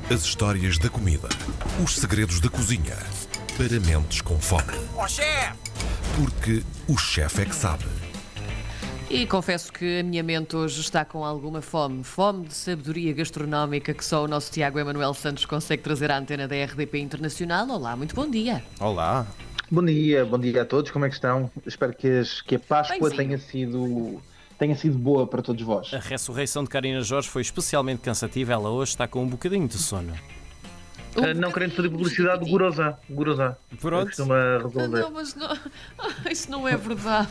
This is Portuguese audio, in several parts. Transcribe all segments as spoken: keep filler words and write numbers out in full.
As histórias da comida. Os segredos da cozinha. Para mentes com fome. Ó chefe! Porque o chefe é que sabe. E confesso que a minha mente hoje está com alguma fome. Fome de sabedoria gastronómica que só o nosso Tiago Emanuel Santos consegue trazer à antena da R D P Internacional. Olá, muito bom dia. Olá. Bom dia, bom dia a todos, como é que estão? Espero que, as, que a Páscoa Bem, tenha sido, tenha sido boa para todos vós. A ressurreição de Karina Jorge foi especialmente cansativa. Ela hoje está com um bocadinho de sono. Um Uh, não querendo fazer publicidade do Gurozá. Gurozá. Pronto. Costuma Ah, resolver. não, mas não... Ah, isso não é verdade.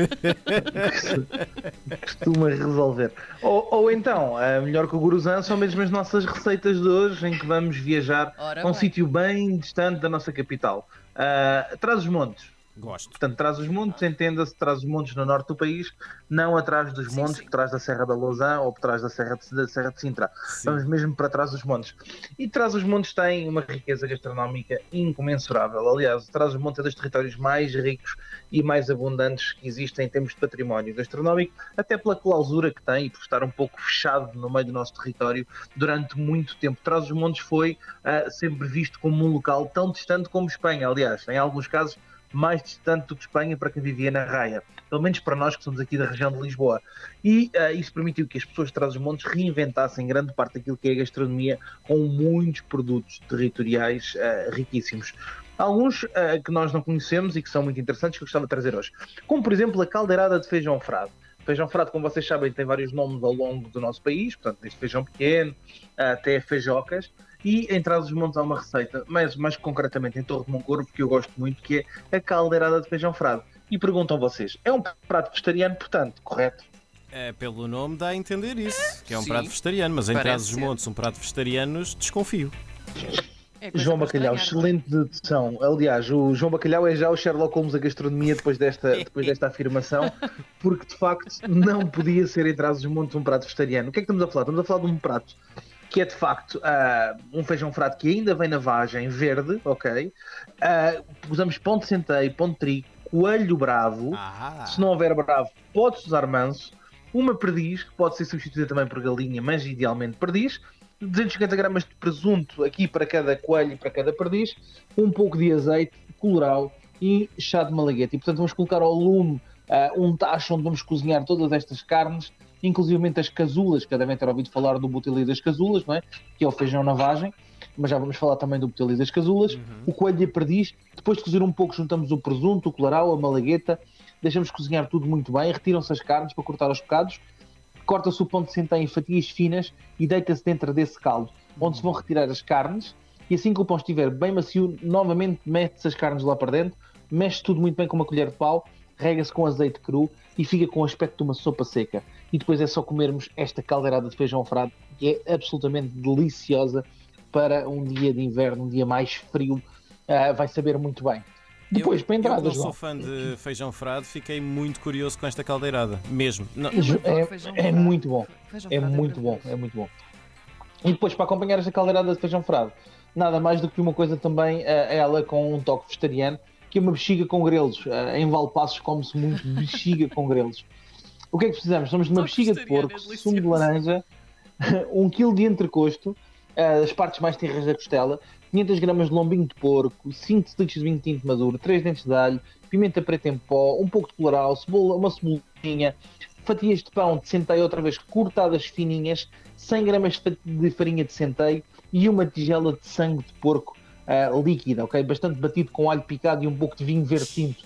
Costuma resolver. Ou, ou então, uh, melhor que o Gurozá, são mesmo as nossas receitas de hoje, em que vamos viajar Ora a um bem. sítio bem distante da nossa capital. Uh, Trás-os-Montes. Gosto. Portanto, Trás-os-Montes, entenda-se, Trás-os-Montes no norte do país, não atrás dos Sim, montes, sim. por trás da Serra da Lousã ou por trás da Serra de, da Serra de Sintra. Sim. Vamos mesmo para Trás-os-Montes. E Trás-os-Montes tem uma riqueza gastronómica incomensurável. Aliás, Trás-os-Montes é dos territórios mais ricos e mais abundantes que existem em termos de património gastronómico, até pela clausura que tem e por estar um pouco fechado no meio do nosso território durante muito tempo. Trás-os-Montes foi uh, sempre visto como um local tão distante como Espanha. Aliás, em alguns casos, mais distante do que Espanha para quem vivia na Raia, pelo menos para nós que somos aqui da região de Lisboa. E uh, isso permitiu que as pessoas de Trás-os-Montes reinventassem grande parte daquilo que é a gastronomia, com muitos produtos territoriais uh, riquíssimos. Alguns uh, que nós não conhecemos e que são muito interessantes que eu gostava de trazer hoje, como por exemplo a caldeirada de feijão frade. Feijão frade, como vocês sabem, tem vários nomes ao longo do nosso país, portanto, desde feijão pequeno até feijocas. E em Trás-os-Montes há uma receita, mas mais concretamente em Torre de Moncorvo, que eu gosto muito, que é a caldeirada de feijão frade. E perguntam vocês, é um prato vegetariano, portanto, correto? É, pelo nome dá a entender isso, que é um Sim. prato vegetariano, mas em Parece Trás-os-Montes um prato vegetariano, desconfio. É coisa João para Bacalhau, estranhar, não é? excelente dedução. Aliás, o João Bacalhau é já o Sherlock Holmes da gastronomia depois desta, depois desta afirmação, porque de facto não podia ser em Trás-os-Montes um prato vegetariano. O que é que estamos a falar? Estamos a falar de um prato que é de facto uh, um feijão frade que ainda vem na vagem verde, ok? Uh, usamos pão de centeio, pão de trigo, coelho bravo. Ah, Se não houver bravo, pode-se usar manso. Uma perdiz, que pode ser substituída também por galinha, mas idealmente perdiz. duzentos e cinquenta gramas de presunto aqui para cada coelho e para cada perdiz. Um pouco de azeite, colorau e chá de malagueta. E portanto vamos colocar ao lume uh, um tacho onde vamos cozinhar todas estas carnes, inclusive as casulas, que já devem ter ouvido falar do butilí das casulas, não é? Que é o feijão na vagem, mas já vamos falar também do butilí das casulas. Uhum. O coelho e a perdiz. Depois de cozer um pouco, juntamos o presunto, o colorau, a malagueta, deixamos cozinhar tudo muito bem, retiram-se as carnes para cortar aos bocados, corta-se o pão de centeio em fatias finas e deita-se dentro desse caldo, onde se vão retirar as carnes, e assim que o pão estiver bem macio, novamente mete-se as carnes lá para dentro, mexe tudo muito bem com uma colher de pau, rega-se com azeite cru e fica com o aspecto de uma sopa seca. E depois é só comermos esta caldeirada de feijão frade, que é absolutamente deliciosa para um dia de inverno, um dia mais frio, uh, vai saber muito bem. Depois, eu, para eu entradas, não sou João. fã de feijão frade, fiquei muito curioso com esta caldeirada, mesmo. Não, Eu adoro É, feijão é frade. muito bom. Feijão É frade muito bom, maravilhoso. é muito bom. E depois, para acompanhar esta caldeirada de feijão frade, nada mais do que uma coisa também, uh, ela com um toque vegetariano, que é uma bexiga com grelos. Uh, em Valpassos come-se muito bexiga com grelos. O que é que precisamos? Precisamos de uma Toque bexiga de vegetariano, porco, é sumo de delicioso. laranja, um quilo de entrecosto, uh, as partes mais tenras da costela, quinhentas gramas de lombinho de porco, cinco litros de vinho tinto maduro, três dentes de alho, pimenta preta em pó, um pouco de colorau, cebola, uma cebolinha, fatias de pão de centeio outra vez cortadas fininhas, cem gramas de farinha de centeio e uma tigela de sangue de porco uh, líquida, ok? Bastante batido com alho picado e um pouco de vinho verde tinto.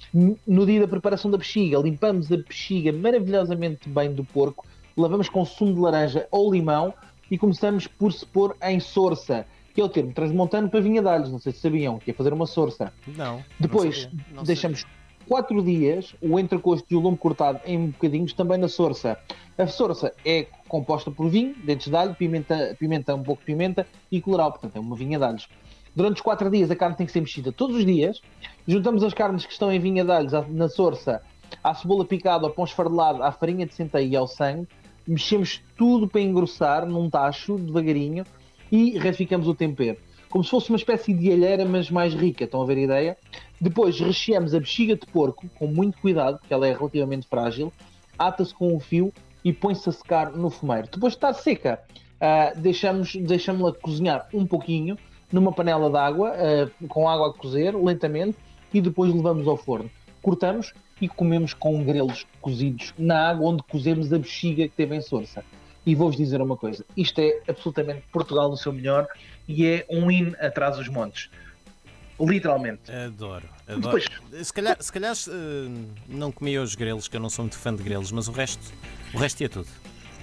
No dia da preparação da bexiga, limpamos a bexiga maravilhosamente bem do porco, lavamos com sumo de laranja ou limão e começamos por se pôr em sorça, que é o termo transmontano para vinha de alhos, não sei se sabiam, que é fazer uma sorça. não. Depois não sabia. Não deixamos quatro dias o entrecosto e o lombo cortado em bocadinhos também na sorça. A sorça é composta por vinho, dentes de alho, pimenta, pimenta um pouco de pimenta e colorau, portanto é uma vinha de alhos. Durante os quatro dias a carne tem que ser mexida todos os dias. Juntamos as carnes que estão em vinha de alhos na sorça, à cebola picada, ao pão esfarelado, à farinha de centeio e ao sangue. Mexemos tudo para engrossar num tacho, devagarinho, e retificamos o tempero. Como se fosse uma espécie de alheira, mas mais rica, estão a ver a ideia? Depois recheamos a bexiga de porco, com muito cuidado, porque ela é relativamente frágil, ata-se com um fio e põe-se a secar no fumeiro. Depois de estar seca, uh, deixamos, deixamos-la cozinhar um pouquinho numa panela de água, uh, com água a cozer lentamente, e depois levamos ao forno. Cortamos e comemos com grelos cozidos na água onde cozemos a bexiga que teve em Sorça. E vou-vos dizer uma coisa, isto é absolutamente Portugal no seu melhor e é um hino atrás dos montes. Literalmente. Adoro, adoro. Depois... Se calhar, se calhar uh, não comia os grelos, que eu não sou muito fã de grelos, mas o resto, o resto ia tudo.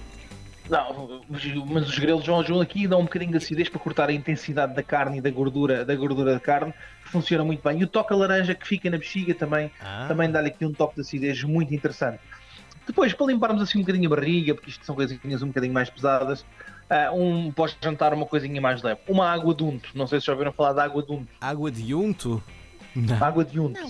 Não, mas os grelos vão aqui e dão um bocadinho de acidez para cortar a intensidade da carne e da gordura da gordura da carne, funciona muito bem. E o toque a laranja que fica na bexiga também, ah. também dá-lhe aqui um toque de acidez muito interessante. Depois, para limparmos assim um bocadinho a barriga, porque isto são coisinhas um bocadinho mais pesadas, uh, um, pós-jantar uma coisinha mais leve. Uma água de unto, não sei se já ouviram falar de água de unto. Água de unto? Não. Água de unto.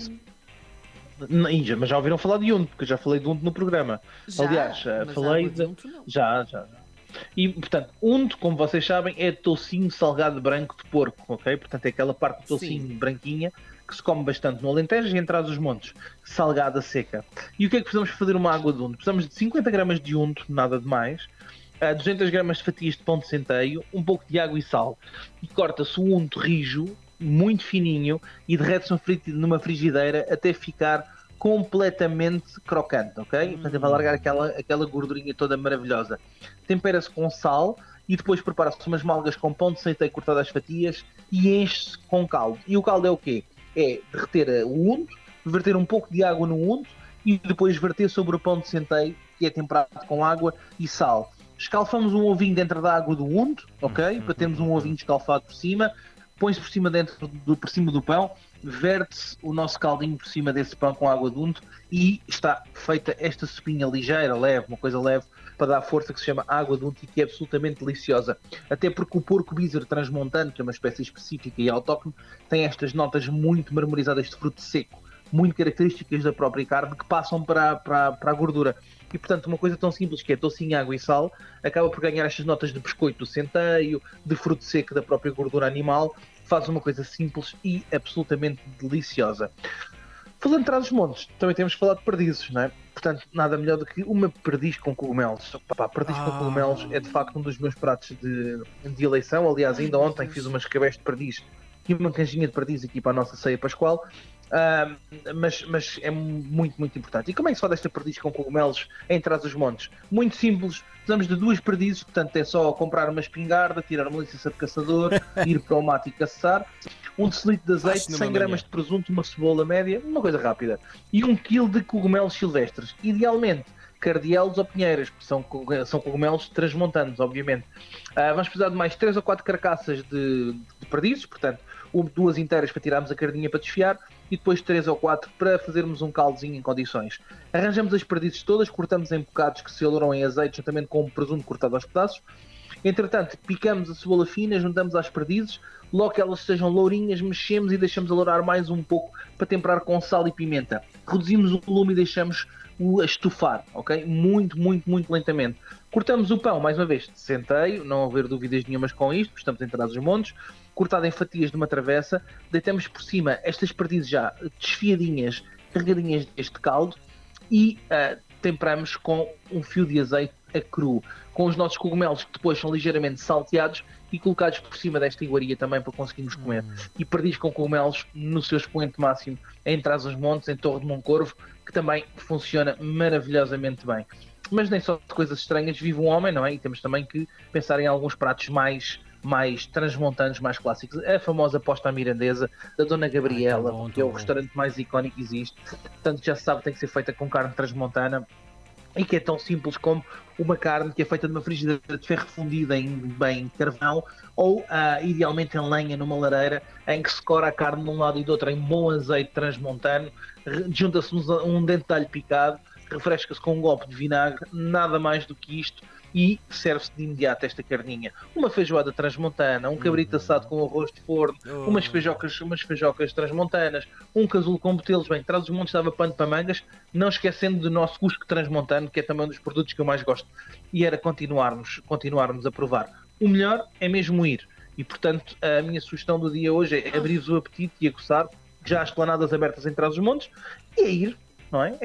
Não. Mas já ouviram falar de unto, porque eu já falei de unto no programa. Já, Aliás, falei de... unto, não. Já, já. E, portanto, unto, como vocês sabem, é toucinho salgado branco de porco, ok? Portanto, é aquela parte do toucinho Sim. branquinha que se come bastante no Alentejo e em Trás-os-Montes, salgada seca. E o que é que precisamos fazer uma água de unto? Precisamos de cinquenta gramas de unto, nada de mais, duzentas gramas de fatias de pão de centeio, um pouco de água e sal. E corta-se o unto rijo, muito fininho, e derrete-se numa frigideira até ficar completamente crocante, ok? Portanto, vai largar aquela, aquela gordurinha toda maravilhosa. Tempera-se com sal e depois prepara-se umas malgas com pão de centeio cortado às fatias e enche-se com caldo. E o caldo é o quê? É derreter o unto, verter um pouco de água no unto e depois verter sobre o pão de centeio, que é temperado com água e sal. Escalfamos um ovinho dentro da água do unto, ok? Para termos um ovinho escalfado por cima. Põe-se por cima, dentro do, por cima do pão, verte-se o nosso caldinho por cima desse pão com água de unto e está feita esta sopinha ligeira, leve, uma coisa leve, para dar força, que se chama água de unto e que é absolutamente deliciosa. Até porque o porco bízaro transmontano, que é uma espécie específica e autóctone, tem estas notas muito marmorizadas de fruto seco, muito características da própria carne, que passam para, para, para a gordura. E, portanto, uma coisa tão simples que é toucinho, água e sal, acaba por ganhar estas notas de biscoito do centeio, de fruto seco da própria gordura animal, faz uma coisa simples e absolutamente deliciosa. Falando de Trás-os-Montes, também temos que falar de perdizes, não é? Portanto, nada melhor do que uma perdiz com cogumelos. Pá, perdiz ah. com cogumelos é de facto um dos meus pratos de, de eleição. Aliás, ainda Ai, ontem fiz umas cabés de perdiz e uma canjinha de perdiz aqui para a nossa ceia pascual. Uh, mas, mas é muito, muito importante. E como é que se faz esta perdiz com cogumelos em Trás-os-Montes? Muito simples, precisamos de duas perdizes, portanto é só comprar uma espingarda, tirar uma licença de caçador, ir para o mato e caçar, um decilitro de azeite, cem gramas de presunto, uma cebola média, uma coisa rápida, e um quilo de cogumelos silvestres, idealmente cardielos ou pinheiras, porque são, são cogumelos transmontanos, obviamente. Uh, vamos precisar de mais três ou quatro carcaças de, de perdizes, portanto, duas inteiras para tirarmos a cardinha para desfiar e depois três ou quatro para fazermos um caldozinho em condições. Arranjamos as perdizes todas, cortamos em bocados que se alouram em azeite, juntamente com o presunto cortado aos pedaços. Entretanto, picamos a cebola fina, juntamos às perdizes, logo que elas sejam lourinhas, mexemos e deixamos alourar mais um pouco para temperar com sal e pimenta. Reduzimos o volume e deixamos o a estufar, ok? Muito, muito, muito lentamente. Cortamos o pão, mais uma vez, de centeio, não haver dúvidas nenhumas com isto, porque estamos em Trás-os-Montes, cortado em fatias de uma travessa, deitamos por cima estas perdizes já desfiadinhas, carregadinhas deste caldo e uh, temperamos com um fio de azeite a cru, com os nossos cogumelos que depois são ligeiramente salteados e colocados por cima desta iguaria também para conseguirmos comer. Hum. E perdiz com cogumelos no seu expoente máximo em Trás-os-Montes, em Torre de Moncorvo, que também funciona maravilhosamente bem. Mas nem só de coisas estranhas vive um homem, não é? E temos também que pensar em alguns pratos mais, mais transmontanos, mais clássicos. A famosa posta à mirandesa da Dona Gabriela, Ai, tá bom, que tá é o bom. restaurante mais icónico que existe. Portanto, já se sabe que tem que ser feita com carne transmontana e que é tão simples como uma carne que é feita de uma frigideira de ferro fundida em bem carvão ou, uh, idealmente, em lenha numa lareira, em que se cora a carne de um lado e do outro em bom azeite transmontano, junta-se um dente de alho picado, refresca-se com um golpe de vinagre, nada mais do que isto, e serve-se de imediato esta carninha. Uma feijoada transmontana, um cabrito assado com arroz de forno, umas feijocas, umas feijocas transmontanas, um casulo com botelos. Bem, Trás-os-Montes dava pano para mangas, não esquecendo do nosso cusco transmontano, que é também um dos produtos que eu mais gosto, e era continuarmos, continuarmos a provar. O melhor é mesmo ir, e portanto a minha sugestão do dia hoje é abrir o apetite e aguçar, já há esplanadas abertas em Trás-os-Montes, e é ir, não é? É ir.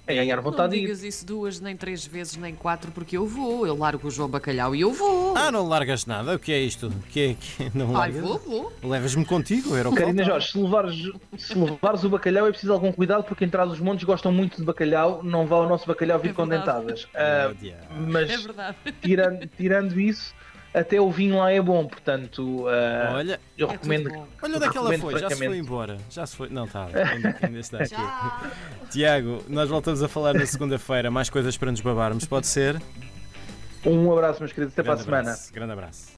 É ganhar Não vontade de ir. digas isso duas, nem três vezes, nem quatro, porque eu vou. Eu largo o João Bacalhau e eu vou. Ah, não largas nada? O que é isto? O que é que não Ai, largas? vou, vou. Levas-me contigo, era o que Karina faltava. Jorge, se levares, se levares o bacalhau é preciso algum cuidado porque em trás os montes gostam muito de bacalhau, não vá o nosso bacalhau vir É com verdade. dentadas. Ah, Ah, diabo. mas É verdade. tirando, tirando isso, até o vinho lá é bom, portanto ah, Olha, eu É recomendo. tudo bom. olha onde é que ela recomendo foi, já se foi francamente. embora. Já se foi. Não, está, ainda, ainda está aqui. Tchau. Tiago, nós voltamos a falar na segunda-feira. Mais coisas para nos babarmos, pode ser? Um abraço, meus queridos, até para a Grande semana. abraço, grande abraço.